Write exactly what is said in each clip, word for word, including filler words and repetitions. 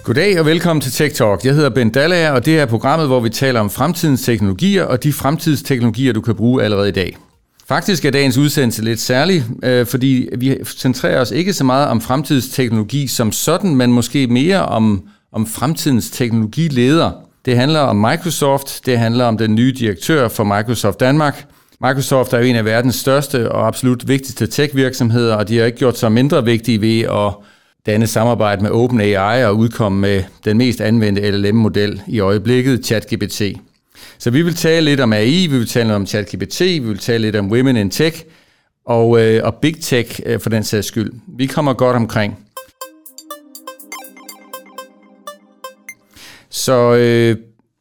Goddag og velkommen til Tech Talk. Jeg hedder Ben Dallager, og det er programmet, hvor vi taler om fremtidens teknologier og de fremtidsteknologier, du kan bruge allerede i dag. Faktisk er dagens udsendelse lidt særlig, fordi vi centrerer os ikke så meget om fremtidsteknologi som sådan, men måske mere om, om fremtidens teknologileder. Det handler om Microsoft, det handler om den nye direktør for Microsoft Danmark. Microsoft er jo en af verdens største og absolut vigtigste tech-virksomheder, og de har ikke gjort sig mindre vigtige ved at danne samarbejde med OpenAI og udkomme med den mest anvendte L L M-model i øjeblikket, ChatGPT. Så vi vil tale lidt om A I, vi vil tale lidt om ChatGPT, vi vil tale lidt om Women in Tech og, øh, og Big Tech øh, for den sags skyld. Vi kommer godt omkring. Så øh,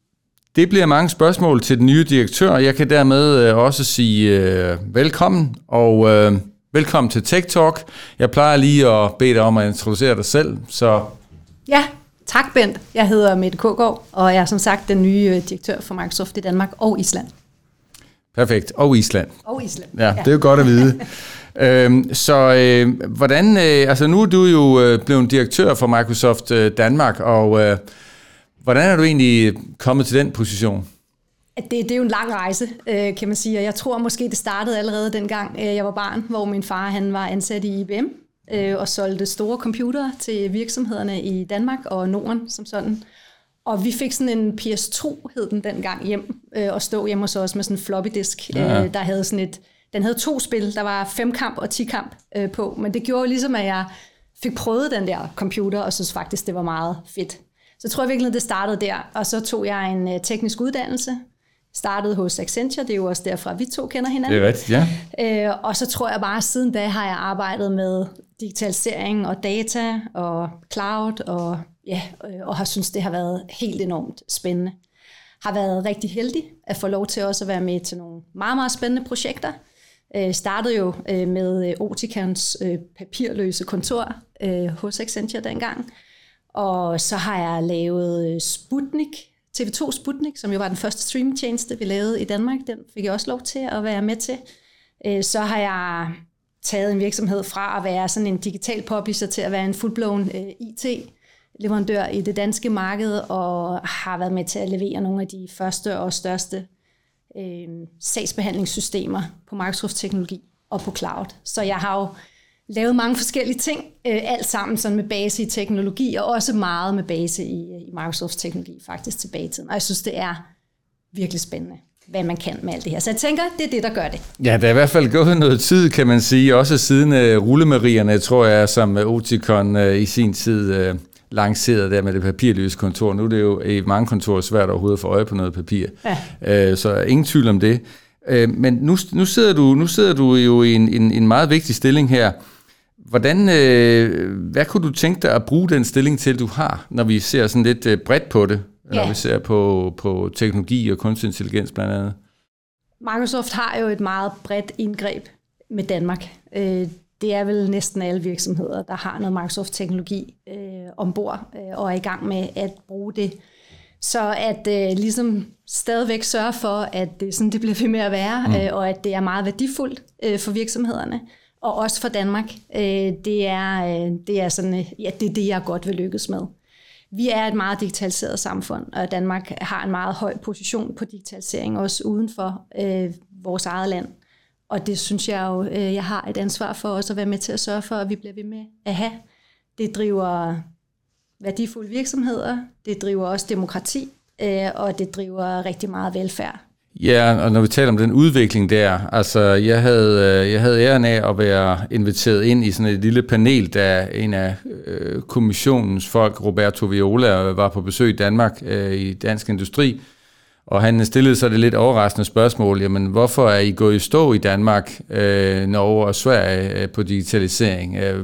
det bliver mange spørgsmål til den nye direktør, og jeg kan dermed øh, også sige øh, velkommen og øh, velkommen til Tech Talk. Jeg plejer lige at bede dig om at introducere dig selv. Så ja, tak Bent. Jeg hedder Mette Kågaard, og jeg er som sagt den nye direktør for Microsoft i Danmark og Island. Perfekt. Og Island. Og Island. Ja, det er jo godt at vide. øhm, så øh, hvordan, øh, altså nu er du jo øh, blevet direktør for Microsoft øh, Danmark, og øh, hvordan er du egentlig kommet til den position? Det, det er jo en lang rejse, øh, kan man sige, og jeg tror måske, det startede allerede dengang, øh, jeg var barn, hvor min far han var ansat i I B M øh, og solgte store computere til virksomhederne i Danmark og Norden som sådan. Og vi fik sådan en P S to, hed den dengang, hjem, øh, og stå hjemme hos os med sådan en floppy disk, ja. øh, der havde sådan et, den havde to spil, der var femkamp og tikamp øh, på, men det gjorde ligesom, at jeg fik prøvet den der computer, og synes faktisk, det var meget fedt. Så tror jeg virkelig, det startede der, og så tog jeg en øh, teknisk uddannelse, startede hos Accenture, det er jo også derfra, vi to kender hinanden. Det er rigtigt, ja. Øh, og så tror jeg bare, siden da har jeg arbejdet med digitalisering og data og cloud, og, ja, og har synes det har været helt enormt spændende. Har været rigtig heldig at få lov til også at være med til nogle meget, meget spændende projekter. Øh, startede jo øh, med Oticons øh, papirløse kontor øh, hos Accenture dengang. Og så har jeg lavet Sputnik, T V to Sputnik, som jo var den første streamingtjeneste, vi lavede i Danmark. Den fik jeg også lov til at være med til. Så har jeg taget en virksomhed fra at være sådan en digital publisher til at være en full-blown I T-leverandør i det danske marked, og har været med til at levere nogle af de første og største øh, sagsbehandlingssystemer på Microsoft-teknologi og på cloud. Så jeg har jo lavet mange forskellige ting, øh, alt sammen sådan med base i teknologi, og også meget med base i, i Microsofts teknologi faktisk tilbage i tiden. Og jeg synes, det er virkelig spændende, hvad man kan med alt det her. Så jeg tænker, det er det, der gør det. Ja, der er i hvert fald gået noget tid, kan man sige, også siden uh, rullemarierne, tror jeg, som Oticon uh, i sin tid uh, lancerede der med det papirløse kontor. Nu er det jo i mange kontorer svært overhovedet at få øje på noget papir, ja. uh, så ingen tvivl om det. Uh, men nu, nu, sidder du, nu sidder du jo i en, en, en meget vigtig stilling her. Hvordan, øh, hvad kunne du tænke dig at bruge den stilling til, du har, når vi ser sådan lidt øh, bredt på det, ja. Når vi ser på, på teknologi og kunstig intelligens blandt andet? Microsoft har jo et meget bredt indgreb med Danmark. Øh, det er vel næsten alle virksomheder, der har noget Microsoft-teknologi øh, ombord øh, og er i gang med at bruge det. Så at øh, ligesom stadigvæk sørge for, at det, sådan, det bliver ved med at være, mm. øh, og at det er meget værdifuldt øh, for virksomhederne. Og også for Danmark, det er, det er sådan, ja, det er det, jeg godt vil lykkes med. Vi er et meget digitaliseret samfund, og Danmark har en meget høj position på digitalisering, også uden for øh, vores eget land. Og det synes jeg jo, jeg har et ansvar for også at være med til at sørge for, at vi bliver ved med at have. Det driver værdifulde virksomheder, det driver også demokrati, øh, og det driver rigtig meget velfærd. Ja, og når vi taler om den udvikling der, altså jeg havde, jeg havde æren af at være inviteret ind i sådan et lille panel, da en af øh, kommissionens folk, Roberto Viola, var på besøg i Danmark øh, i Dansk Industri, og han stillede så det lidt overraskende spørgsmål, jamen hvorfor er I gået i stå i Danmark, øh, Norge og Sverige øh, på digitalisering? Øh,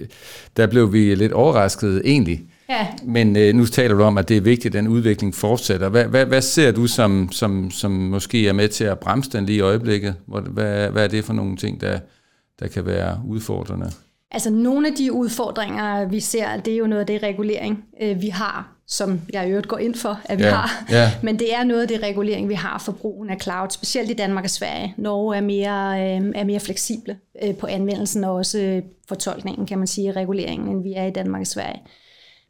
der blev vi lidt overrasket egentlig. Ja. Men øh, nu taler du om, at det er vigtigt, at den udvikling fortsætter. Hvad, hvad, hvad ser du, som, som, som måske er med til at bremse den lige i øjeblikket? Hvad, hvad er det for nogle ting, der, der kan være udfordrende? Altså nogle af de udfordringer, vi ser, det er jo noget af det regulering, vi har, som jeg i øvrigt går ind for, at vi ja. har. Ja. Men det er noget af det regulering, vi har for brugen af cloud, specielt i Danmark og Sverige. Norge er mere, er mere fleksible på anvendelsen og også fortolkningen, kan man sige, reguleringen, end vi er i Danmark og Sverige.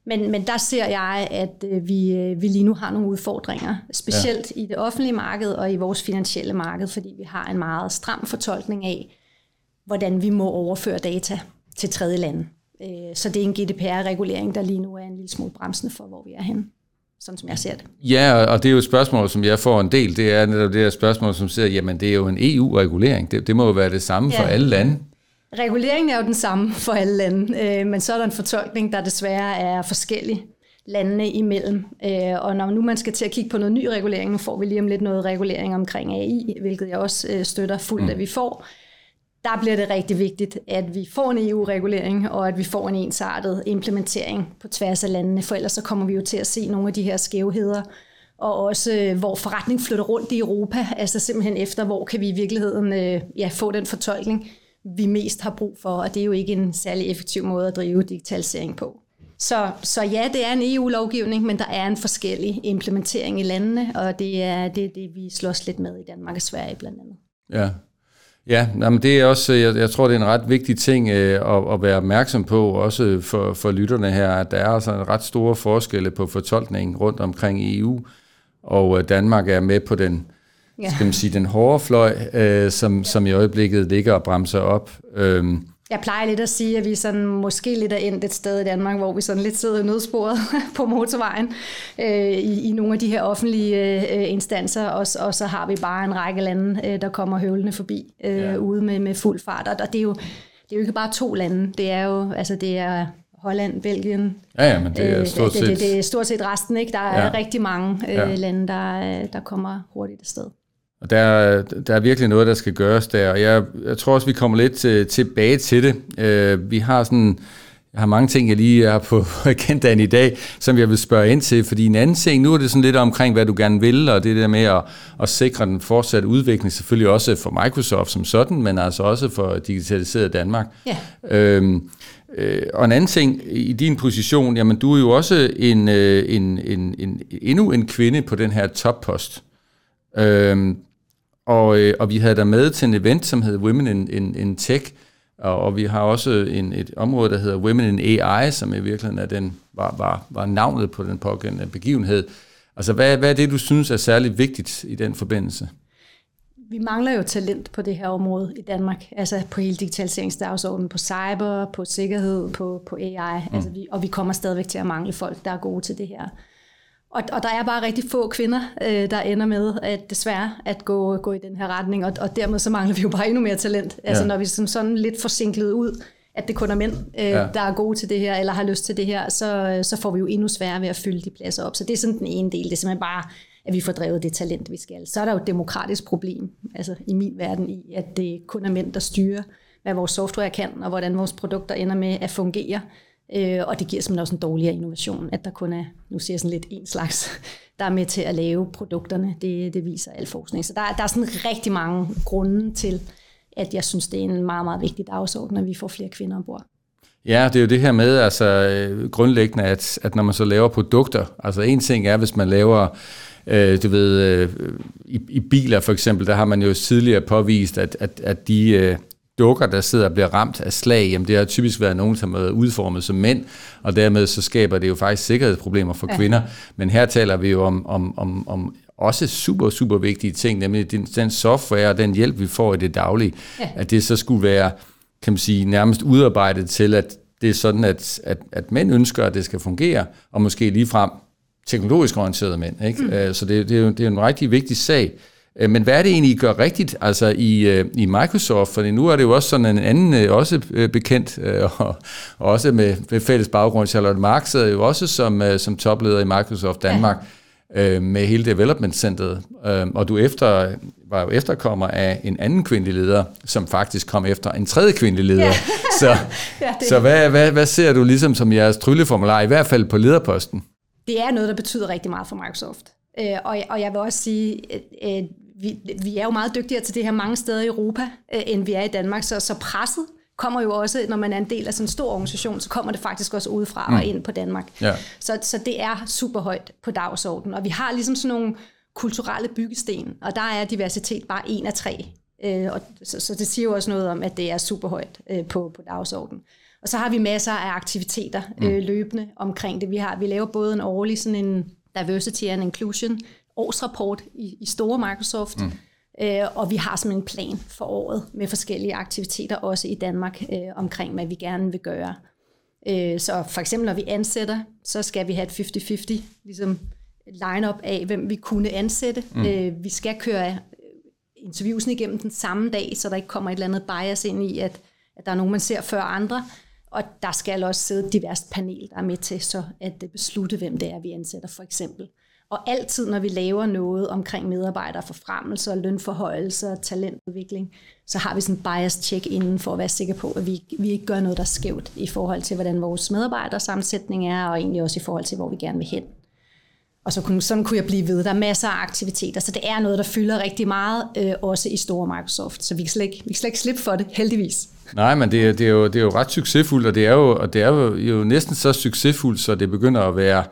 Men, men der ser jeg, at vi, vi lige nu har nogle udfordringer, specielt ja. i det offentlige marked og i vores finansielle marked, fordi vi har en meget stram fortolkning af, hvordan vi må overføre data til tredje lande. Så det er en G D P R-regulering, der lige nu er en lille smule bremsende for, hvor vi er henne, sådan som jeg ser det. Ja, og det er jo et spørgsmål, som jeg får en del. Det er netop det her spørgsmål, som siger, jamen det er jo en E U-regulering. Det, det må jo være det samme ja. for alle lande. Reguleringen er jo den samme for alle lande, men så er der en fortolkning, der desværre er forskellig landene imellem. Og når nu man skal til at kigge på noget ny regulering, nu får vi lige om lidt noget regulering omkring A I, hvilket jeg også støtter fuldt, mm. at vi får. Der bliver det rigtig vigtigt, at vi får en E U-regulering, og at vi får en ensartet implementering på tværs af landene, for ellers så kommer vi jo til at se nogle af de her skævheder, og også hvor forretning flytter rundt i Europa, altså simpelthen efter, hvor kan vi i virkeligheden øh, ja, få den fortolkning, vi mest har brug for, og det er jo ikke en særlig effektiv måde at drive digitalisering på. Så, så ja, det er en E U-lovgivning, men der er en forskellig implementering i landene, og det er det, det vi slås lidt med i Danmark og Sverige blandt andet. Ja. Ja, jamen det er også, jeg, jeg tror, det er en ret vigtig ting øh, at, at være opmærksom på, også for, for lytterne her, at der er altså en ret store forskelle på fortolkningen rundt omkring E U, og øh, Danmark er med på den, ja. skal man sige, den hårde fløj, øh, som, ja. som i øjeblikket ligger og bremser op. Øhm. Jeg plejer lidt at sige, at vi sådan måske lidt er endt et sted i Danmark, hvor vi sådan lidt sidder i nødsporet på motorvejen øh, i, i nogle af de her offentlige øh, instanser, og, og så har vi bare en række lande, øh, der kommer høvlende forbi øh, ja. ude med, med fuld fart. Og det er, jo, det er jo ikke bare to lande, det er jo altså det er Holland, Belgien. Ja, ja, men det er stort set... Det, det, det er stort set resten, ikke? Der er ja. rigtig mange øh, ja. lande, der, der kommer hurtigt afsted. Og der, der er virkelig noget, der skal gøres der, og jeg, jeg tror også, vi kommer lidt til, tilbage til det. Uh, vi har sådan, jeg har mange ting, jeg lige er på agendaen i dag, som jeg vil spørge ind til, fordi en anden ting, nu er det sådan lidt omkring, hvad du gerne vil, og det der med at, at sikre den fortsatte udvikling, selvfølgelig også for Microsoft som sådan, men altså også for digitaliseret Danmark. Ja. Uh, uh, og en anden ting, i din position, jamen du er jo også en, uh, en, en, en, endnu en kvinde på den her toppost. Uh, Og, og vi havde der med til en event, som hedder Women in, in, in Tech, og, og vi har også en, et område, der hedder Women in A I, som i virkeligheden er den, var, var, var navnet på den pågældende begivenhed. Altså, hvad, hvad er det, du synes er særlig vigtigt i den forbindelse? Vi mangler jo talent på det her område i Danmark, altså på hele digitaliseringsdagsordenen, på cyber, på sikkerhed, på, på A I, mm. altså vi, og vi kommer stadigvæk til at mangle folk, der er gode til det her. Og, og der er bare rigtig få kvinder, øh, der ender med at desværre at gå, gå i den her retning, og, og dermed så mangler vi jo bare endnu mere talent. Ja. Altså når vi sådan, sådan lidt forsinklet ud, at det kun er mænd, øh, ja. der er gode til det her, eller har lyst til det her, så, så får vi jo endnu sværere ved at fylde de pladser op. Så det er sådan den ene del, det er simpelthen bare, at vi får drevet det talent, vi skal. Så er der jo et demokratisk problem, altså i min verden, i at det kun er mænd, der styrer, hvad vores software kan, og hvordan vores produkter ender med at fungere. Øh, og det giver simpelthen også en dårligere innovation, at der kun er, nu siger jeg sådan lidt en slags, der er med til at lave produkterne. Det, det viser al forskning. Så der, der er sådan rigtig mange grunde til, at jeg synes, det er en meget, meget vigtig dagsorden, at vi får flere kvinder ombord. Ja, det er jo det her med, altså grundlæggende, at, at når man så laver produkter, altså en ting er, hvis man laver, øh, du ved, øh, i, i biler for eksempel, der har man jo tidligere påvist, at, at, at de... Øh, dukker, der sidder og bliver ramt af slag, jamen det har typisk været nogen, som er udformet som mænd, og dermed så skaber det jo faktisk sikkerhedsproblemer for ja. kvinder. Men her taler vi jo om, om, om, om også super, super vigtige ting, nemlig den, den software og den hjælp, vi får i det daglige, ja. at det så skulle være, kan man sige, nærmest udarbejdet til, at det er sådan, at, at, at mænd ønsker, at det skal fungere, og måske ligefrem teknologisk orienterede mænd. Ikke? Mm. Så det, det, er jo, det er en rigtig vigtig sag. Men hvad er det egentlig, I gør rigtigt altså i, i Microsoft? For nu er det jo også sådan en anden, også bekendt, og også med, med fælles baggrund. Charlotte Mark sidder jo også som, som topleder i Microsoft Danmark ja. med hele Development Centeret. Og du efter, var jo efterkommer af en anden kvindelig leder, som faktisk kom efter en tredje kvindelig leder. Ja. Så, ja, så hvad, hvad, hvad ser du ligesom som jeres trylleformular, i hvert fald på lederposten? Det er noget, der betyder rigtig meget for Microsoft. Øh, og, og jeg vil også sige, at øh, vi, vi er jo meget dygtigere til det her mange steder i Europa, øh, end vi er i Danmark, så, så presset kommer jo også, når man er en del af sådan en stor organisation, så kommer det faktisk også udefra mm. og ind på Danmark. Ja. Så, så det er super højt på dagsordenen, og vi har ligesom sådan nogle kulturelle byggesten, og der er diversitet bare en af tre. Øh, og så, så det siger jo også noget om, at det er super højt øh, på, på dagsordenen. Og så har vi masser af aktiviteter øh, løbende omkring det. Vi, har, vi laver både en årlig sådan en Diversity and Inclusion årsrapport i, i store Microsoft, mm. øh, og vi har sådan en plan for året med forskellige aktiviteter, også i Danmark, øh, omkring hvad vi gerne vil gøre. Øh, så for eksempel når vi ansætter, så skal vi have et halvtreds halvtreds ligesom line-up af, hvem vi kunne ansætte. Mm. Øh, vi skal køre interviewsen igennem den samme dag, så der ikke kommer et eller andet bias ind i, at, at der er nogen, man ser før andre. Og der skal også sidde et diverst panel, der er med til så at beslutte, hvem det er, vi ansætter for eksempel. Og altid, når vi laver noget omkring medarbejderforfremmelse og lønforhøjelse og talentudvikling, så har vi sådan en bias-check inden for at være sikre på, at vi, vi ikke gør noget, der er skævt i forhold til, hvordan vores medarbejdersammensætning er, og egentlig også i forhold til, hvor vi gerne vil hen. Og så kunne, sådan kunne jeg blive ved. Der er masser af aktiviteter, så det er noget, der fylder rigtig meget, øh, også i store Microsoft. Så vi kan slet ikke, vi kan slet ikke slippe for det, heldigvis. Nej, men det, det, er jo, det er jo ret succesfuldt, og det er jo, og det er jo, jo næsten så succesfuldt, så det begynder at være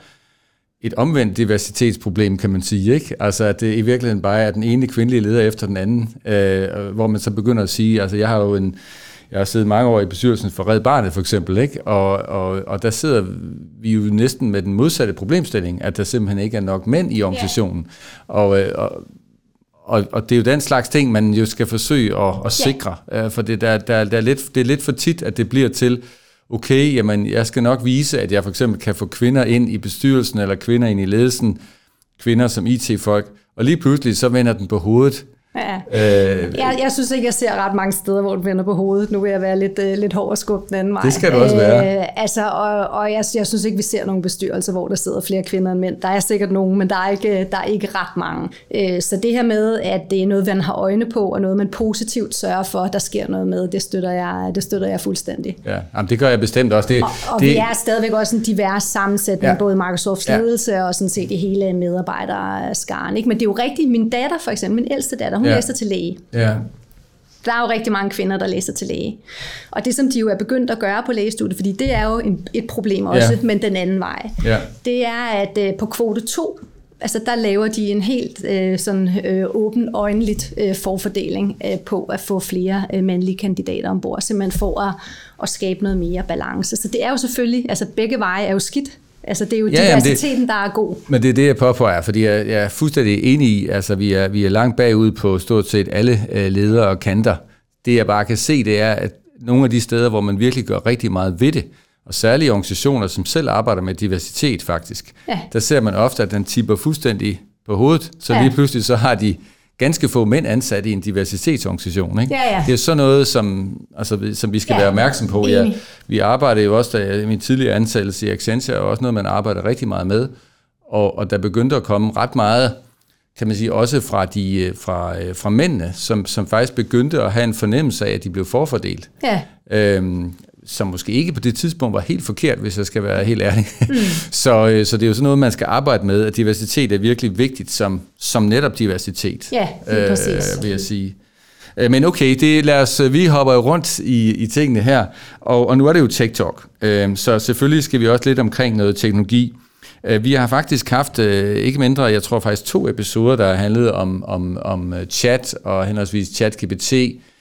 et omvendt diversitetsproblem, kan man sige, ikke? Altså, at det i virkeligheden bare er den ene kvindelige leder efter den anden, øh, hvor man så begynder at sige, altså, jeg har jo en, jeg har siddet mange år i bestyrelsen for Red Barnet, for eksempel, ikke? Og, og, og der sidder vi jo næsten med den modsatte problemstilling, at der simpelthen ikke er nok mænd i organisationen. Yeah. Og, og, og, og det er jo den slags ting, man jo skal forsøge at, at sikre, yeah. For det, der, der, der er lidt, det er lidt for tit, at det bliver til, okay, jamen, jeg skal nok vise, at jeg for eksempel kan få kvinder ind i bestyrelsen, eller kvinder ind i ledelsen, kvinder som I T-folk, og lige pludselig så vender den på hovedet. Ja. Øh, jeg, jeg synes ikke, jeg ser ret mange steder, hvor den vender på hovedet. Nu vil jeg være lidt, uh, lidt hård og skubbe den anden vej. Det skal du også være. Øh, altså, og og jeg, jeg synes ikke, vi ser nogen bestyrelser, hvor der sidder flere kvinder end mænd. Der er sikkert nogen, men der er ikke, der er ikke ret mange. Øh, så det her med, at det er noget, man har øjne på, og noget, man positivt sørger for, der sker noget med, det støtter jeg, det støtter jeg fuldstændig. Ja, jamen, det gør jeg bestemt også. Det, og og det, vi er stadigvæk også en divers sammensætning, ja. Både Microsofts ledelse ja. Og sådan set i hele medarbejderskaren. Ikke? Men det er jo rigtigt, min datter for eksempel, min ældste datter, hun ja. læser til læge. Ja. Der er jo rigtig mange kvinder, der læser til læge. Og det, som de jo er begyndt at gøre på lægestudiet, fordi det er jo en, et problem også, ja. Men den anden vej, ja. Det er, at uh, på kvote to, altså der laver de en helt uh, sådan uh, åben, øjenligt uh, forfordeling uh, på at få flere uh, mandlige kandidater ombord, simpelthen for at, at skabe noget mere balance. Så det er jo selvfølgelig, altså begge veje er jo skidt. Altså det er jo ja, diversiteten, det, der er god. Men det er det, jeg påpeger, fordi jeg, jeg er fuldstændig enig i, altså vi er, vi er langt bagud på stort set alle øh, ledere og kanter. Det jeg bare kan se, det er, at nogle af de steder, hvor man virkelig gør rigtig meget ved det, og særlige organisationer, som selv arbejder med diversitet faktisk, ja. Der ser man ofte, at den tipper fuldstændig på hovedet, så ja. Lige pludselig så har de ganske få mænd ansat i en diversitetsorganisation. Ikke? Ja, ja. Det er sådan noget, som, altså, som vi skal ja. Være opmærksom på. Ja, vi arbejder jo også, da min tidligere ansættelse i Accenture, er også noget, man arbejder rigtig meget med. Og, og der begyndte at komme ret meget, kan man sige, også fra, de, fra, fra mændene, som, som faktisk begyndte at have en fornemmelse af, at de blev forfordelt. Ja. Øhm, som måske ikke på det tidspunkt var helt forkert, hvis jeg skal være helt ærlig. Mm. så, så det er jo sådan noget, man skal arbejde med, at diversitet er virkelig vigtigt som, som netop diversitet, ja, det er præcis. Øh, vil jeg sige. Men okay, det, lad os, vi hopper jo rundt i, i tingene her, og, og nu er det jo Tech Talk, øh, så selvfølgelig skal vi også lidt omkring noget teknologi. Vi har faktisk haft ikke mindre, jeg tror faktisk to episoder, der handlede om, om, om chat og henholdsvis ChatGPT.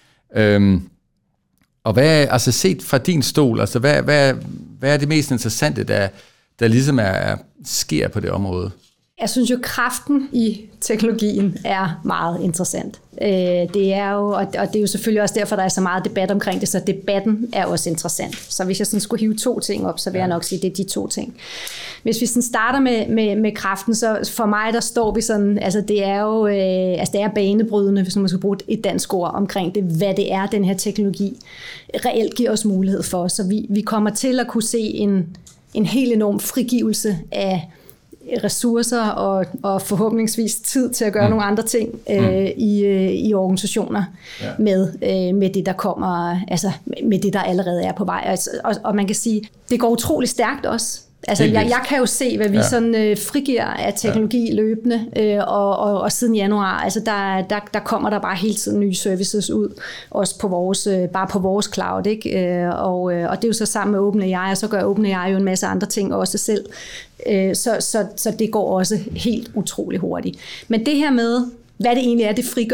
Øh, Og hvad, altså set fra din stol, altså hvad, hvad, hvad er det mest interessante, der, der ligesom er, sker på det område? Jeg synes jo, kraften i teknologien er meget interessant. Det er jo, og det er jo selvfølgelig også derfor, der er så meget debat omkring det, så debatten er også interessant. Så hvis jeg sådan skulle hive to ting op, så vil jeg nok sige, at det er de to ting. Hvis vi sådan starter med, med, med kraften, så for mig, der står vi sådan, altså det er jo øh, altså det er banebrydende, hvis man skal bruge et dansk ord omkring det, hvad det er, den her teknologi reelt giver os mulighed for. Så vi, vi kommer til at kunne se en, en helt enorm frigivelse af ressourcer og, og forhåbentligvis tid til at gøre mm. nogle andre ting øh, mm. i, øh, i organisationer ja. med, øh, med det, der kommer, altså med det, der allerede er på vej. Og, og man kan sige, det går utrolig stærkt også. Altså, jeg, jeg kan jo se, hvad vi ja. sådan øh, frigiver af teknologi ja. løbende, øh, og, og, og siden januar, altså der, der, der kommer der bare hele tiden nye services ud, også på vores, øh, bare på vores cloud, ikke? Øh, og, øh, og det er jo så sammen med OpenAI, og så gør OpenAI jo en masse andre ting også selv, øh, så, så, så det går også helt utrolig hurtigt. Men det her med, hvad det egentlig er, det frigør,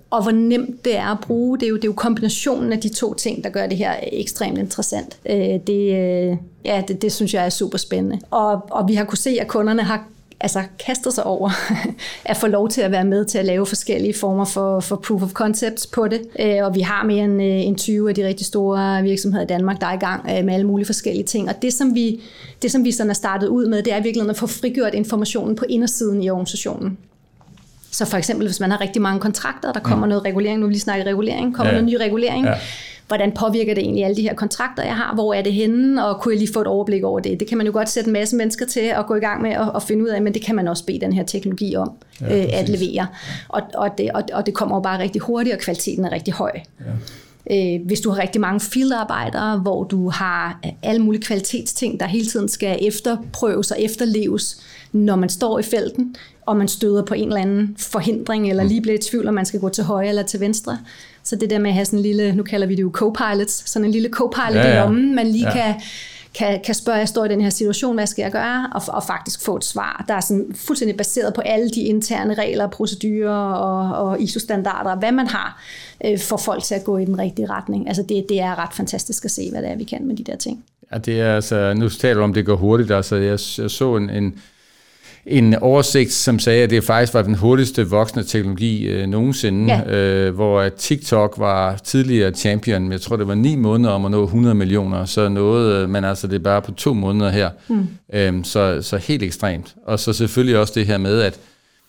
og hvor nemt det er at bruge. Det er jo, det er jo kombinationen af de to ting, der gør det her ekstremt interessant. Det, ja, det, det synes jeg er super spændende. Og, og vi har kunne se, at kunderne har altså kastet sig over at få lov til at være med til at lave forskellige former for, for proof of concepts på det. Og vi har mere end, end tyve af de rigtig store virksomheder i Danmark, der er i gang med alle mulige forskellige ting. Og det, som vi, det, som vi sådan er startet ud med, det er virkelig at få frigjort informationen på indersiden i organisationen. Så for eksempel, hvis man har rigtig mange kontrakter, der kommer mm. noget regulering, nu vil vi lige snakke regulering, kommer ja. noget ny regulering, ja. Hvordan påvirker det egentlig alle de her kontrakter, jeg har? Hvor er det henne? Og kunne jeg lige få et overblik over det? Det kan man jo godt sætte en masse mennesker til at gå i gang med at, at finde ud af, men det kan man også bede den her teknologi om ja, øh, at levere. Og, og, det, og, og det kommer jo bare rigtig hurtigt, og kvaliteten er rigtig høj. Ja. Øh, hvis du har rigtig mange fieldarbejdere, hvor du har alle mulige kvalitetsting, der hele tiden skal efterprøves og efterleves, når man står i felten, og man støder på en eller anden forhindring, eller lige bliver i tvivl, om man skal gå til højre eller til venstre. Så det der med at have sådan en lille, nu kalder vi det jo co-pilots, sådan en lille co-pilot ja, ja. i lommen, man lige ja. kan, kan, kan spørge, jeg står i den her situation, hvad skal jeg gøre? Og, og faktisk få et svar, der er sådan fuldstændig baseret på alle de interne regler, procedurer og, og I S O-standarder, hvad man har, øh, for folk til at gå i den rigtige retning. Altså det, det er ret fantastisk at se, hvad det er, vi kan med de der ting. Ja, det er altså, nu taler du om, det går hurtigt, altså jeg, jeg så en, en En oversigt, som sagde, at det faktisk var den hurtigste voksende teknologi øh, nogensinde, ja. øh, hvor TikTok var tidligere champion, jeg tror, det var ni måneder om at nå hundrede millioner, så noget, men altså det er bare på to måneder her. Mm. Øhm, så, så helt ekstremt. Og så selvfølgelig også det her med, at,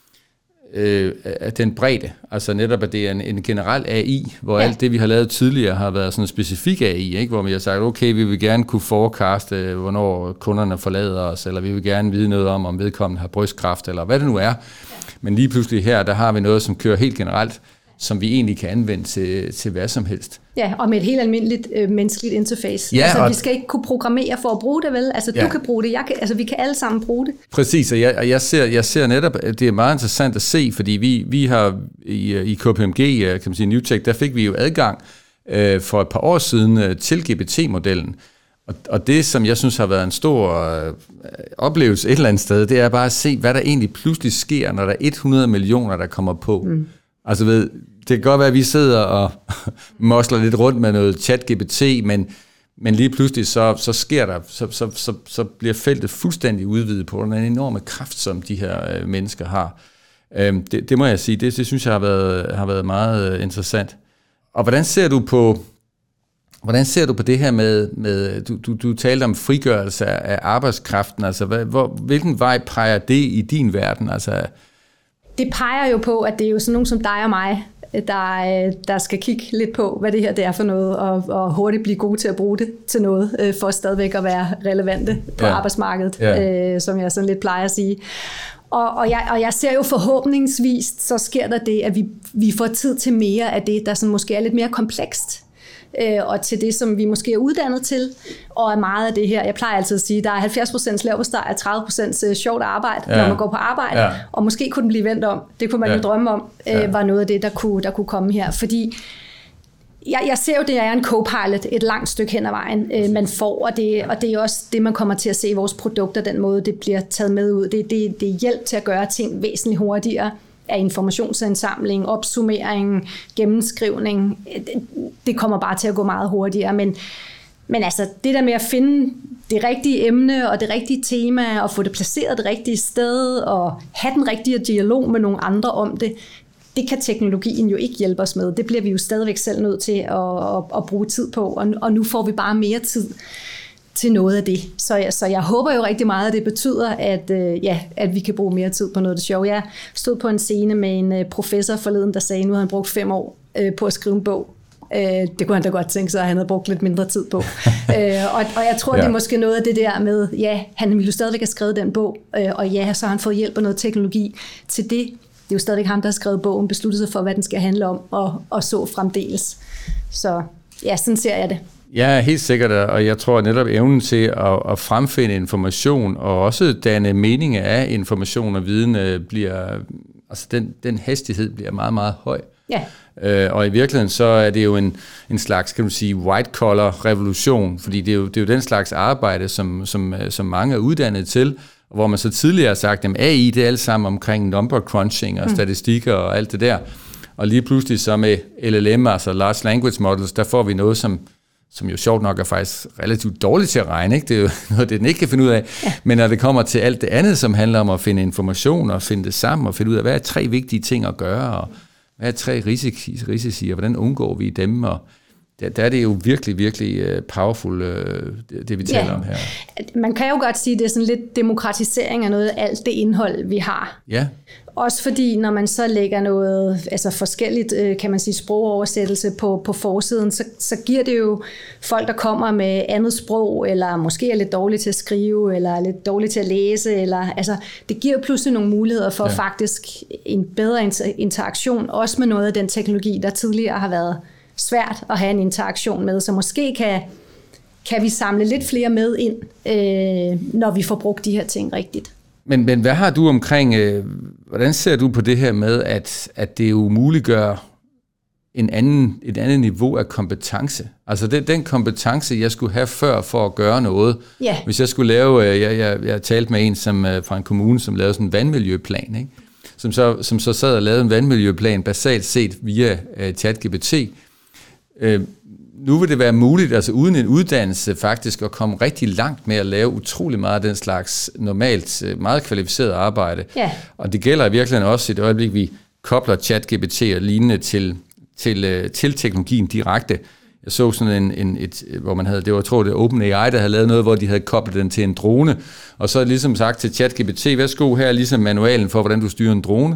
øh, at den bredde, altså netop, at det er en, en generel A I, hvor ja. alt det, vi har lavet tidligere, har været sådan en specifik A I, ikke? Hvor vi har sagt, okay, vi vil gerne kunne forecaste, hvornår kunderne forlader os, eller vi vil gerne vide noget om, om vedkommende har brystkræft, eller hvad det nu er. Ja. Men lige pludselig her, der har vi noget, som kører helt generelt, som vi egentlig kan anvende til, til hvad som helst. Ja, og med et helt almindeligt øh, menneskeligt interface. Ja, altså, vi skal ikke kunne programmere for at bruge det, vel? Altså, ja. du kan bruge det, jeg kan, altså, vi kan alle sammen bruge det. Præcis, og jeg, og jeg, ser, jeg ser netop, at det er meget interessant at se, fordi vi, vi har i, i K P M G, kan man sige, NewTek, der fik vi jo adgang øh, for et par år siden øh, til G P T-modellen. Og, og det, som jeg synes har været en stor øh, oplevelse et eller andet sted, det er bare at se, hvad der egentlig pludselig sker, når der er hundrede millioner, der kommer på. Mm. Altså ved, det kan godt være, at vi sidder og mosler lidt rundt med noget chat-G P T, men, men lige pludselig så, så sker der, så, så, så, så bliver feltet fuldstændig udvidet på den enorme kraft, som de her øh, mennesker har. Øhm, det, det må jeg sige, det, det synes jeg har været, har været meget øh, interessant. Og hvordan ser du på, hvordan ser du på det her med, med du, du, du talte om frigørelse af arbejdskraften, altså hvad, hvor, hvilken vej peger det i din verden, altså? Det peger jo på, at det er jo sådan nogen som dig og mig, der, der skal kigge lidt på, hvad det her det er for noget, og, og hurtigt blive gode til at bruge det til noget, for stadigvæk at være relevante på ja. arbejdsmarkedet, ja. øh, som jeg sådan lidt plejer at sige. Og, og, jeg, og jeg ser jo forhåbningsvis, så sker der det, at vi, vi får tid til mere af det, der sådan måske er lidt mere komplekst, og til det, som vi måske er uddannet til, og er meget af det her. Jeg plejer altid at sige, at der er halvfjerds procent leverpostej og tredive procent sjovt arbejde, ja. når man går på arbejde, ja. og måske kunne den blive vendt om. Det kunne man ja. jo drømme om, ja. var noget af det, der kunne, der kunne komme her. Fordi jeg, jeg ser jo, det er en co-pilot et langt stykke hen ad vejen, øh, man får, og det, og det er også det, man kommer til at se i vores produkter, den måde, det bliver taget med ud. Det, det, det er hjælp til at gøre ting væsentligt hurtigere, af informationsindsamling, opsummering, gennemskrivning. Det kommer bare til at gå meget hurtigere. Men, men altså, det der med at finde det rigtige emne og det rigtige tema, og få det placeret det rigtige sted, og have den rigtige dialog med nogle andre om det, det kan teknologien jo ikke hjælpe os med. Det bliver vi jo stadigvæk selv nødt til at, at, at bruge tid på, og, og nu får vi bare mere tid til noget af det. Så jeg, så jeg håber jo rigtig meget, at det betyder, at, øh, ja, at vi kan bruge mere tid på noget af det sjove. Jeg stod på en scene med en øh, professor forleden, der sagde, at nu har han brugt fem år øh, på at skrive en bog. Øh, det kunne han da godt tænke sig, at han havde brugt lidt mindre tid på. øh, og, og jeg tror, ja. det er måske noget af det der med, ja, han ville jo stadigvæk have skrevet den bog, øh, og ja, så har han fået hjælp af noget teknologi til det. Det er jo stadigvæk ham, der har skrevet bogen, besluttet sig for, hvad den skal handle om, og, og så fremdeles. Så ja, sådan ser jeg det. Ja, helt sikkert, og jeg tror netop evnen til at, at fremfinde information, og også danne meninger af information og viden, bliver, altså den, den hastighed bliver meget, meget høj. Ja. Øh, og i virkeligheden så er det jo en, en slags, kan du sige, white-collar revolution, fordi det er jo, det er jo den slags arbejde, som, som, som mange er uddannet til, hvor man så tidligere har sagt, at A I, det er alt sammen omkring number crunching og statistikker og alt det der. Og lige pludselig så med L L M, altså Large Language Models, der får vi noget, som, som jo sjovt nok er faktisk relativt dårligt til at regne. Ikke? Det er jo noget, det den ikke kan finde ud af. Ja. Men når det kommer til alt det andet, som handler om at finde information og finde det sammen og finde ud af, hvad er tre vigtige ting at gøre, og hvad er tre risici, risici og hvordan undgår vi dem, og Der, der er det jo virkelig, virkelig powerful, det vi taler ja. om her. Man kan jo godt sige, at det er sådan lidt demokratisering af noget af alt det indhold, vi har. Ja. Også fordi, når man så lægger noget altså forskelligt, kan man sige, sprogoversættelse på, på forsiden, så, så giver det jo folk, der kommer med andet sprog, eller måske er lidt dårlige til at skrive, eller er lidt dårlige til at læse, eller, altså, det giver jo pludselig nogle muligheder for ja. faktisk en bedre interaktion, også med noget af den teknologi, der tidligere har været svært at have en interaktion med, så måske kan, kan vi samle lidt flere med ind, øh, når vi får brugt de her ting rigtigt. Men, men hvad har du omkring, øh, hvordan ser du på det her med, at, at det umuliggør en anden, et andet niveau af kompetence? Altså den, den kompetence, jeg skulle have før for at gøre noget. Ja. Hvis jeg skulle lave, øh, jeg, jeg, jeg talte med en som, øh, fra en kommune, som lavede sådan en vandmiljøplan, ikke? Som, så, som så sad og lavede en vandmiljøplan basalt set via øh, ChatGPT. Øh, nu vil det være muligt, altså uden en uddannelse faktisk, at komme rigtig langt med at lave utrolig meget af den slags normalt meget kvalificeret arbejde. Ja. Og det gælder i virkeligheden også i det øjeblik, vi kobler ChatGPT og lignende til, til, til teknologien direkte. Jeg så sådan en, en et, hvor man havde, det var, jeg tror det var OpenAI, der havde lavet noget, hvor de havde koblet den til en drone, og så ligesom sagt til ChatGPT, værsgo her ligesom manualen for, hvordan du styrer en drone.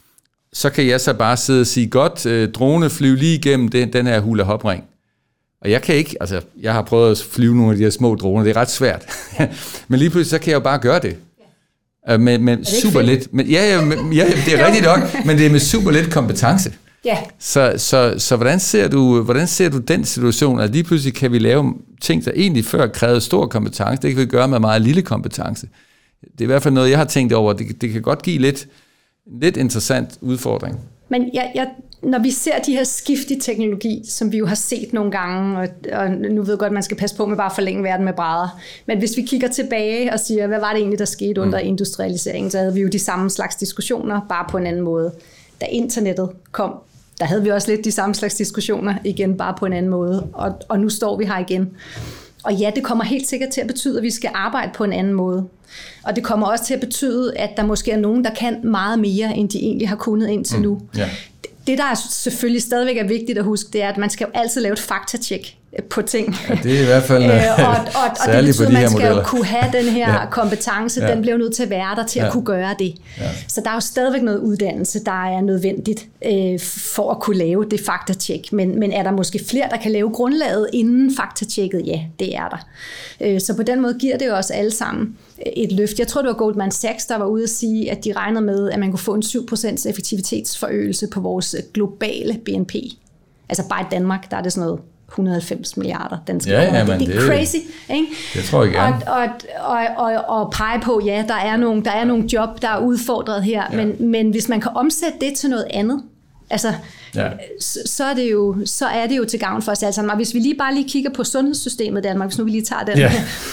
Så kan jeg så bare sidde og sige, godt, øh, drone, flyve lige igennem den, den her hula-hop-ring. Og jeg kan ikke, altså, jeg har prøvet at flyve nogle af de her små droner, det er ret svært. Men lige pludselig, så kan jeg jo bare gøre det. Øh, med, med super lidt, med, ja, ja, med, ja, det er rigtigt nok, men det er med super lidt kompetence. Ja. Så, så, så hvordan, ser du, hvordan ser du den situation, at lige pludselig kan vi lave ting, der egentlig før krævede stor kompetence, det kan vi gøre med meget lille kompetence. Det er i hvert fald noget, jeg har tænkt over, det, det kan godt give lidt lidt interessant udfordring. Men jeg, jeg, når vi ser de her skift i teknologi, som vi jo har set nogle gange, og, og nu ved jeg godt, at man skal passe på med bare at forlænge verden med brædder, men hvis vi kigger tilbage og siger, hvad var det egentlig, der skete under mm. industrialiseringen, så havde vi jo de samme slags diskussioner, bare på en anden måde. Da internettet kom, der havde vi også lidt de samme slags diskussioner, igen bare på en anden måde, og, og nu står vi her igen. Og ja, det kommer helt sikkert til at betyde, at vi skal arbejde på en anden måde. Og det kommer også til at betyde, at der måske er nogen, der kan meget mere, end de egentlig har kunnet indtil nu. Mm, yeah. Det, der er selvfølgelig stadigvæk er vigtigt at huske, det er, at man skal jo altid lave et faktatjek på ting. Ja, det er i hvert fald øh, og, og, og det betyder, at man skal modeller. jo kunne have den her ja. kompetence, ja. den bliver nødt til at være der til ja. at kunne gøre det. Ja. Så der er jo stadigvæk noget uddannelse, der er nødvendigt øh, for at kunne lave det faktatjek. Men, men er der måske flere, der kan lave grundlaget inden faktatjekket? Ja, det er der. Øh, så på den måde giver det jo os alle sammen et løft. Jeg tror, det var Goldman Sachs, der var ude at sige, at de regnede med, at man kunne få en syv procent effektivitetsforøgelse på vores globale B N P. Altså bare i Danmark, der er det sådan noget et hundrede og halvfems milliarder danske ja, kroner. Ja, det, det er crazy, ikke? Det tror jeg gerne. Og, og, og, og, og pege på, ja, der er nogle, der er nogle job, der er udfordret her, ja. men, men hvis man kan omsætte det til noget andet, altså, ja. så, så, er det jo, så er det jo til gavn for os alle sammen. Og hvis vi lige bare lige kigger på sundhedssystemet i Danmark, hvis nu vi lige tager den, ja.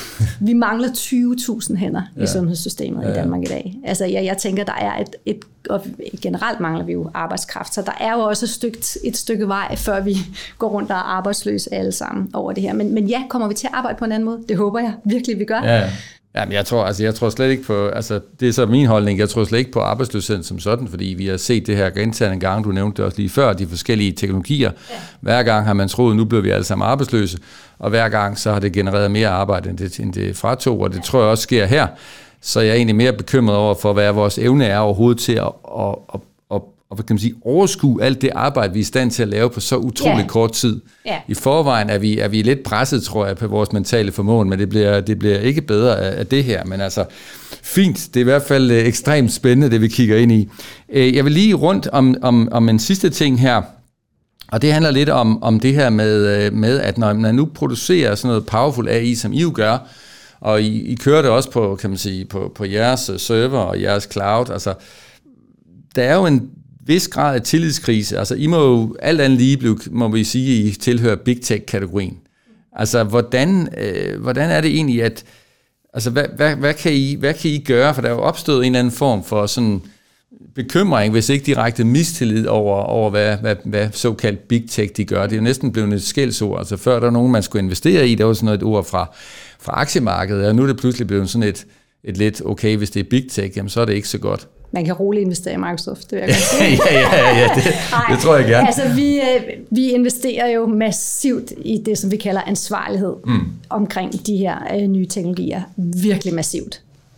vi mangler tyve tusind hænder ja. i sundhedssystemet ja, ja. i Danmark i dag. Altså, jeg, jeg tænker, der er et, et, og generelt mangler vi jo arbejdskraft, så der er jo også et stykke, et stykke vej, før vi går rundt og er arbejdsløse alle sammen over det her. Men, men ja, kommer vi til at arbejde på en anden måde? Det håber jeg virkelig, vi gør. Ja. Jamen, jeg tror, altså, jeg tror slet ikke på, altså, det er så min holdning, jeg tror slet ikke på arbejdsløsheden som sådan, fordi vi har set det her gentagne gange, du nævnte det også lige før, de forskellige teknologier. Ja. Hver gang har man troet, nu bliver vi alle sammen arbejdsløse, og hver gang så har det genereret mere arbejde, end det, end det fratog, og det ja. tror jeg også sker her. Så jeg er egentlig mere bekymret over for, hvad vores evne er overhovedet til at, at, at, at, at kan man sige, overskue alt det arbejde, vi er i stand til at lave på så utrolig yeah. kort tid. Yeah. I forvejen er vi, er vi lidt presset, tror jeg, på vores mentale formåen, men det bliver, det bliver ikke bedre af, af det her. Men altså, fint. Det er i hvert fald ekstremt spændende, det vi kigger ind i. Jeg vil lige rundt om, om, om en sidste ting her, og det handler lidt om, om det her med, med, at når man nu producerer sådan noget powerful A I, som I jo gør, og I, I kører det også på, kan man sige, på, på jeres server og jeres cloud, altså, der er jo en vis grad af tillidskrise. Altså, I må jo alt andet lige blive, må vi sige, I tilhører big tech-kategorien. Altså, hvordan, øh, hvordan er det egentlig, at, altså, hvad, hvad, hvad, kan I, hvad kan I gøre? For der er jo opstået en eller anden form for sådan bekymring, hvis ikke direkte mistillid over, over hvad, hvad, hvad såkaldt big tech de gør. Det er jo næsten blevet et skældsord. Altså før der var nogen, man skulle investere i, der var sådan noget et ord fra, fra aktiemarkedet, og nu er det pludselig blevet sådan et, et lidt, okay, hvis det er big tech, jamen så er det ikke så godt. Man kan roligt investere i Microsoft, det vil jeg godt sige. ja, ja, ja, det, det tror jeg gerne. Altså, vi, vi investerer jo massivt i det, som vi kalder ansvarlighed mm. omkring de her øh, nye teknologier. Virkelig massivt.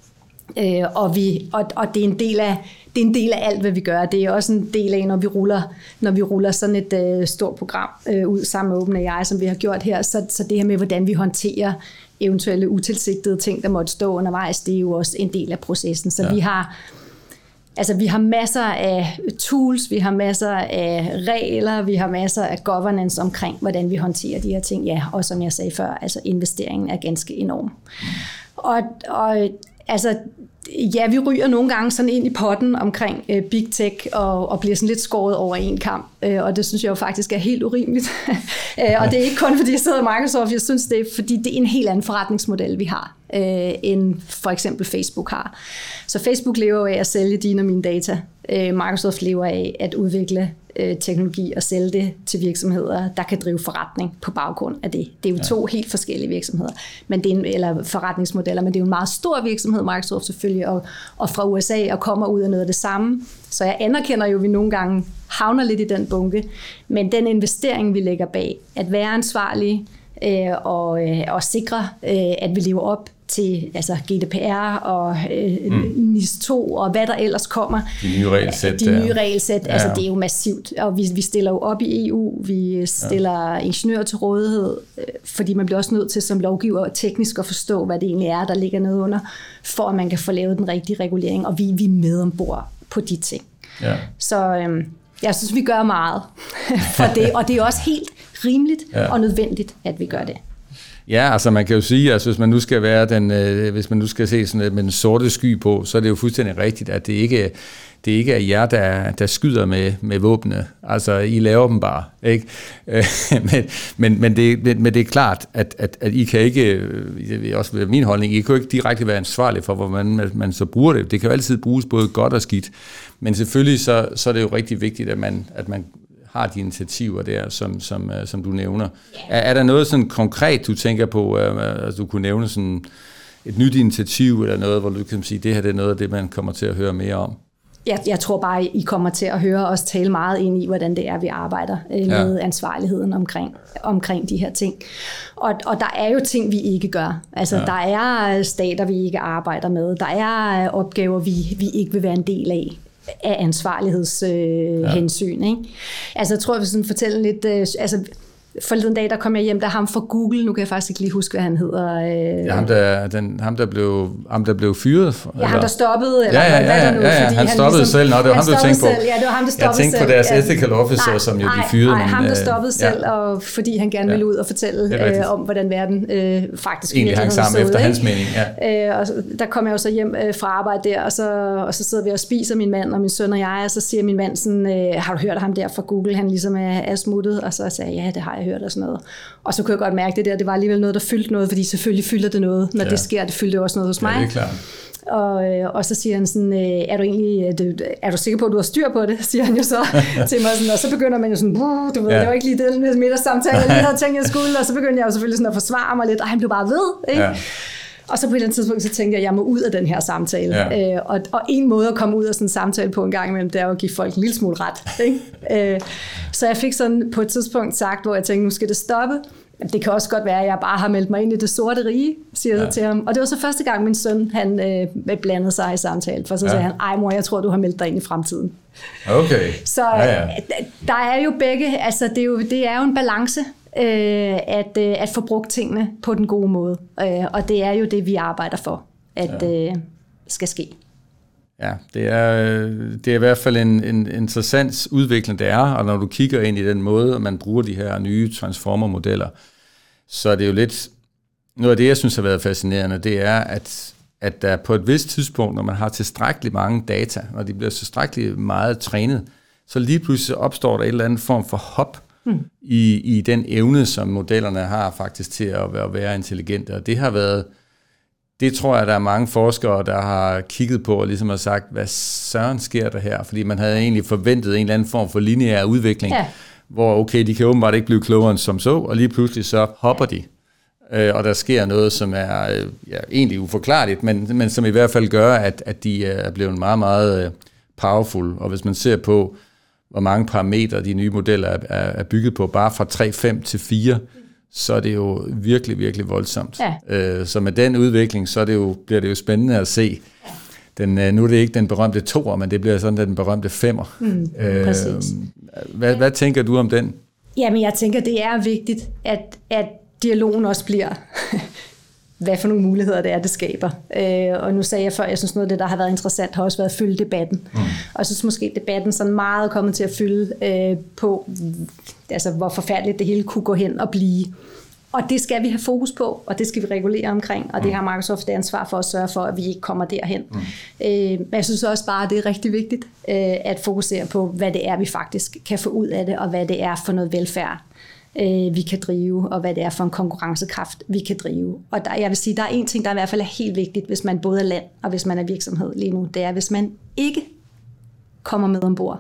Øh, og, vi, og, og det er en del af det er en del af alt, hvad vi gør. Det er også en del af, når vi ruller, når vi ruller sådan et øh, stort program øh, ud sammen med OpenAI, som vi har gjort her. Så, så det her med, hvordan vi håndterer eventuelle utilsigtede ting, der måtte stå undervejs, det er jo også en del af processen. Så ja. vi har Altså, vi har masser af tools, vi har masser af regler, vi har masser af governance omkring, hvordan vi håndterer de her ting. Ja, og som jeg sagde før, altså investeringen er ganske enorm. Og, og altså, ja, vi ryger nogle gange sådan ind i potten omkring øh, big tech og, og bliver sådan lidt skåret over en kamp. Øh, og det synes jeg jo faktisk er helt urimeligt. øh, og det er ikke kun fordi jeg sidder i Microsoft, jeg synes det er fordi det er en helt anden forretningsmodel, vi har, øh, end for eksempel Facebook har. Så Facebook lever af at sælge dine og mine data. Øh, Microsoft lever af at udvikle øh, teknologi og sælge det til virksomheder, der kan drive forretning på baggrund af det. Det er jo ja. to helt forskellige virksomheder, men det er en, eller forretningsmodeller, men det er jo en meget stor virksomhed, Microsoft selvfølgelig, og, og fra U S A og kommer ud af noget af det samme. Så jeg anerkender jo, at vi nogle gange havner lidt i den bunke, men den investering, vi lægger bag, at være ansvarlige øh, og, øh, og sikre, øh, at vi lever op til altså G D P R og øh, mm. N I S to og hvad der ellers kommer. De nye regelsæt. De nye regelsæt, ja. altså det er jo massivt. Og vi, vi stiller jo op i E U, vi stiller ja. ingeniører til rådighed, øh, fordi man bliver også nødt til som lovgiver teknisk at forstå, hvad det egentlig er, der ligger nede under, for at man kan få lavet den rigtige regulering, og vi, vi er med ombord på de ting. Ja. Så øh, jeg synes, vi gør meget for det, og det er også helt rimeligt ja. og nødvendigt, at vi gør det. Ja, altså man kan jo sige, at altså, hvis man nu skal være den, øh, hvis man nu skal se sådan med den sorte sky på, så er det jo fuldstændig rigtigt, at det ikke, det ikke er jer, der, der skyder med, med våbne. Altså, I laver dem bare, ikke? men, men, men, det, men det er klart, at, at, at I kan ikke, det er også min holdning, I kan jo ikke direkte være ansvarlige for, hvordan man, man så bruger det. Det kan jo altid bruges både godt og skidt. Men selvfølgelig så, så er det jo rigtig vigtigt, at man, at man har de initiativer der, som, som, som du nævner. Er, er der noget sådan konkret, du tænker på, at altså, du kunne nævne sådan et nyt initiativ, eller noget, hvor du kan sige, det her det er noget af det, man kommer til at høre mere om? Jeg, jeg tror bare, I kommer til at høre os tale meget ind i, hvordan det er, vi arbejder øh, med ja. ansvarligheden omkring, omkring de her ting. Og, og der er jo ting, vi ikke gør. Altså, ja. der er stater, vi ikke arbejder med. Der er opgaver, vi, vi ikke vil være en del af. af ansvarlighedshensyn. Øh, ja. Altså, jeg tror, jeg vil sådan fortælle lidt... Øh, altså, forleden dag, der kom jeg hjem, der ham fra Google, nu kan jeg faktisk ikke lige huske, hvad han hedder. Øh, ja, ham der, den, ham, der blev, ham, der blev fyret. Ja, eller? ham, der stoppede. Eller ja, ja, ja, hvad, hvad ja, ja, han, han stoppede ligesom, selv. Nå, det var ham, du tænkte på. Selv. Ja, det var ham, der stoppede selv. Jeg tænkte selv. på deres ja. ethical officer, nej, som jo de fyrede. Nej, ham, der stoppede ja. selv, og, fordi han gerne ville ud og fortælle øh, om, hvordan verden øh, faktisk egentlig hang sammen efter hans mening. Ja. Øh, og der kom jeg jo så hjem øh, fra arbejde der, og så, og så sidder vi og spiser, min mand og min søn og jeg, og så siger min mand sådan, øh, har du hørt ham der fra Google, han ligesom er, er smuttet? Og så sagde jeg, ja, det har jeg hørt og sådan noget. Og så kunne jeg godt mærke det der, det var alligevel noget, der fyldte noget, fordi selvfølgelig fylder det noget, når ja. det sker, det fyldte også noget hos mig. Ja, det er klart. Og, og så siger han sådan, er du egentlig, er du sikker på, at du har styr på det, siger han jo så til mig sådan, og så begynder man jo sådan, du ved, ja. det var ikke lige den middagssamtale, jeg lige havde tænkt, jeg skulle, og så begyndte jeg jo selvfølgelig sådan at forsvare mig lidt, og han blev bare ved, ikke? Ja. Og så på et eller andet tidspunkt, så tænkte jeg, at jeg må ud af den her samtale. Ja. Øh, og, og en måde at komme ud af sådan en samtale på en gang imellem, det er at give folk en lille smule ret. Ikke? øh, så jeg fik sådan på et tidspunkt sagt, hvor jeg tænkte, nu skal det stoppe. Det kan også godt være, at jeg bare har meldt mig ind i det sorte rige, siger jeg ja. til ham. Og det var så første gang, min søn han, øh, blandede sig i samtalen. For så ja. sagde han, ej mor, jeg tror, du har meldt dig ind i fremtiden. Okay. Så ja, ja. der er jo begge, altså det er jo, det er jo en balance, øh, at, øh, at få brugt tingene på den gode måde. Øh, og det er jo det, vi arbejder for, at ja. øh, skal ske. Ja, det er, det er i hvert fald en, en interessant udvikling, det er, og når du kigger ind i den måde, man bruger de her nye transformer-modeller, så er det jo lidt, noget af det, jeg synes har været fascinerende, det er, at, at der på et vist tidspunkt, når man har tilstrækkeligt mange data, når de bliver tilstrækkeligt meget trænet, så lige pludselig opstår der en eller anden form for hop mm. i, i den evne, som modellerne har faktisk til at være, at være intelligente, og det har været Det tror jeg, der er mange forskere, der har kigget på og ligesom har sagt, hvad søren sker der her? Fordi man havde egentlig forventet en eller anden form for lineær udvikling, ja. Hvor okay, de kan åbenbart ikke blive klogere end som så, og lige pludselig så hopper de. Og der sker noget, som er ja, egentlig uforklarligt, men, men som i hvert fald gør, at, at de er blevet meget, meget powerful. Og hvis man ser på, hvor mange parametre de nye modeller er, er bygget på, bare fra tre komma fem til fire, så er det jo virkelig, virkelig voldsomt. Ja. Så med den udvikling, så er det jo, bliver det jo spændende at se. Den, nu er det ikke den berømte toer, men det bliver sådan den berømte femmer. Mm, øh, hvad, hvad tænker du om den? Jamen, jeg tænker, det er vigtigt, at, at dialogen også bliver, hvad for nogle muligheder det er, det skaber. Øh, og nu sagde jeg før, jeg synes noget af det, der har været interessant, har også været at fylde debatten. Mm. Og jeg synes måske, debatten sådan meget er kommet til at fylde øh, på, altså hvor forfærdeligt det hele kunne gå hen og blive. Og det skal vi have fokus på, og det skal vi regulere omkring, og det har Microsoft det ansvar for at sørge for, at vi ikke kommer derhen. Mm. Øh, men jeg synes også bare, at det er rigtig vigtigt øh, at fokusere på, hvad det er, vi faktisk kan få ud af det, og hvad det er for noget velfærd, vi kan drive, og hvad det er for en konkurrencekraft, vi kan drive. Og der, jeg vil sige, der er en ting, der i hvert fald er helt vigtigt, hvis man både er land, og hvis man er virksomhed lige nu, det er, hvis man ikke kommer med ombord,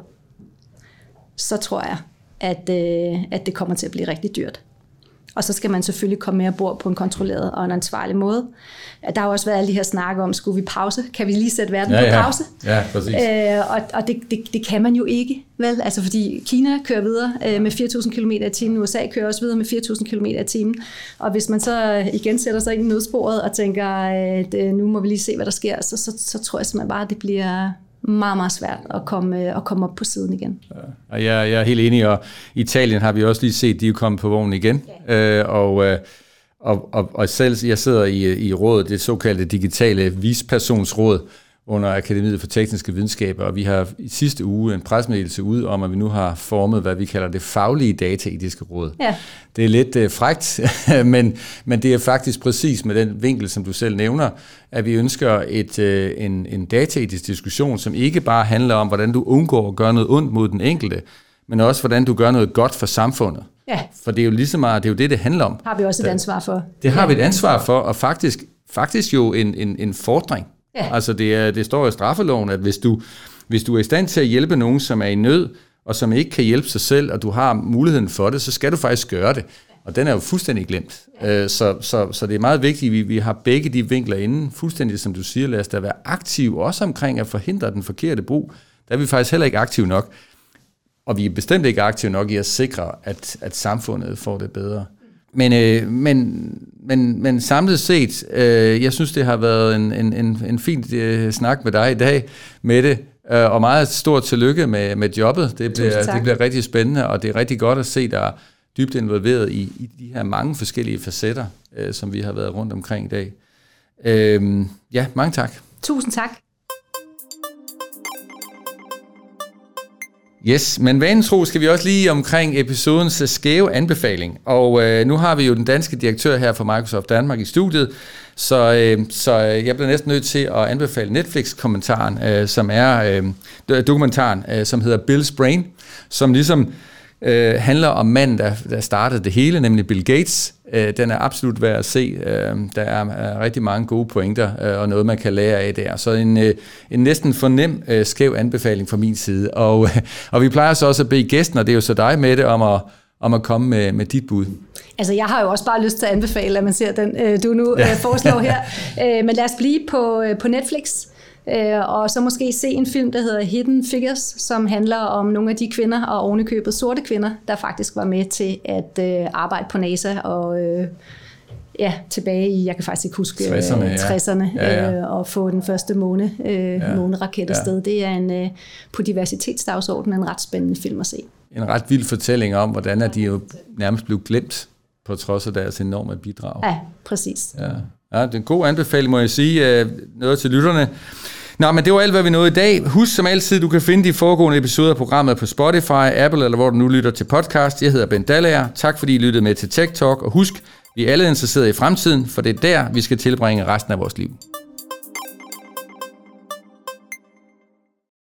så tror jeg, at, øh, at det kommer til at blive rigtig dyrt. Og så skal man selvfølgelig komme med ombord på en kontrolleret og en ansvarlig måde. Der har også været alle de her snakke om, skulle vi pause? Kan vi lige sætte verden ja, på pause? Ja, ja præcis. Øh, og og det, det, det kan man jo ikke, vel? Altså fordi Kina kører videre øh, med fire tusind kilometer i timen, U S A kører også videre med fire tusind kilometer i timen. Og hvis man så igen sætter sig ind i nødsporet og tænker, at øh, nu må vi lige se, hvad der sker, så, så, så tror jeg simpelthen bare, at det bliver meget, meget svært at komme, at komme op på siden igen. Ja, og jeg, jeg er helt enig, og i Italien har vi også lige set, de er kommet på vognen igen. Ja. Øh, og, og, og, og selv, jeg sidder i, i rådet, det såkaldte digitale vispersonsråd under Akademiet for Tekniske Videnskaber, og vi har i sidste uge en pressemeddelelse ud om, at vi nu har formet, hvad vi kalder det faglige dataetiske råd. Ja. Det er lidt uh, frækt, men, men det er faktisk præcis med den vinkel, som du selv nævner, at vi ønsker et, uh, en, en dataetisk diskussion, som ikke bare handler om, hvordan du undgår at gøre noget ondt mod den enkelte, men også hvordan du gør noget godt for samfundet. Ja. For det er jo lige så meget, det er jo det, det handler om. Har vi også et ansvar for. Det har ja. vi et ansvar for, og faktisk, faktisk jo en, en, en fordring. Ja. Altså det, er, det står i straffeloven, at hvis du, hvis du er i stand til at hjælpe nogen, som er i nød, og som ikke kan hjælpe sig selv, og du har muligheden for det, så skal du faktisk gøre det. Og den er jo fuldstændig glemt. Ja. Så, så, så det er meget vigtigt, at vi, vi har begge de vinkler inden, fuldstændig som du siger, lad os da være aktive, også omkring at forhindre den forkerte brug. Der er vi faktisk heller ikke aktive nok. Og vi er bestemt ikke aktive nok i at sikre, at, at samfundet får det bedre. Men, øh, men, men, men samlet set, øh, jeg synes, det har været en, en, en, en fin øh, snak med dig i dag, Mette, øh, og meget stort tillykke med, med jobbet. Det bliver, det bliver rigtig spændende, og det er rigtig godt at se dig dybt involveret i, i de her mange forskellige facetter, øh, som vi har været rundt omkring i dag. Øh, ja, mange tak. Tusind tak. Yes, men vanetro skal vi også lige omkring episodens skæve anbefaling. Og øh, nu har vi jo den danske direktør her fra Microsoft Danmark i studiet, så, øh, så jeg bliver næsten nødt til at anbefale Netflix-kommentaren, øh, som er øh, dokumentaren, øh, som hedder Bill's Brain, som ligesom øh, handler om manden, der, der startede det hele, nemlig Bill Gates. Øh, den er absolut værd at se. Øh, der er, er rigtig mange gode pointer øh, og noget, man kan lære af der. Så en, øh, en næsten fornem øh, skæv anbefaling fra min side. Og, øh, og vi plejer så også at bede gæsten, og det er jo så dig, Mette, om at, om at komme med, med dit bud. Altså, jeg har jo også bare lyst til at anbefale, at man ser den, øh, du nu øh, foreslår her. Øh, men lad os blive på, øh, på Netflix. Øh, og så måske se en film, der hedder Hidden Figures, som handler om nogle af de kvinder, og ovenikøbet sorte kvinder, der faktisk var med til at øh, arbejde på NASA, og øh, ja, tilbage i, jeg kan faktisk ikke huske, tresserne, ja. tresserne ja, ja. Øh, og få den første måne, øh, ja. måneraket afsted. Ja. Det er en, øh, på diversitetsdagsordenen en ret spændende film at se. En ret vild fortælling om, hvordan er de jo nærmest blev glemt, på trods af deres enorme bidrag. Ja, præcis. Ja. Ja, det er en god anbefaling, må jeg sige. Noget til lytterne. Nå, men det var alt, hvad vi nåede i dag. Husk som altid, du kan finde de foregående episoder af programmet på Spotify, Apple eller hvor du nu lytter til podcast. Jeg hedder Bent Dallager. Tak fordi I lyttede med til Tech Talk. Og husk, vi er alle interesserede i fremtiden, for det er der, vi skal tilbringe resten af vores liv.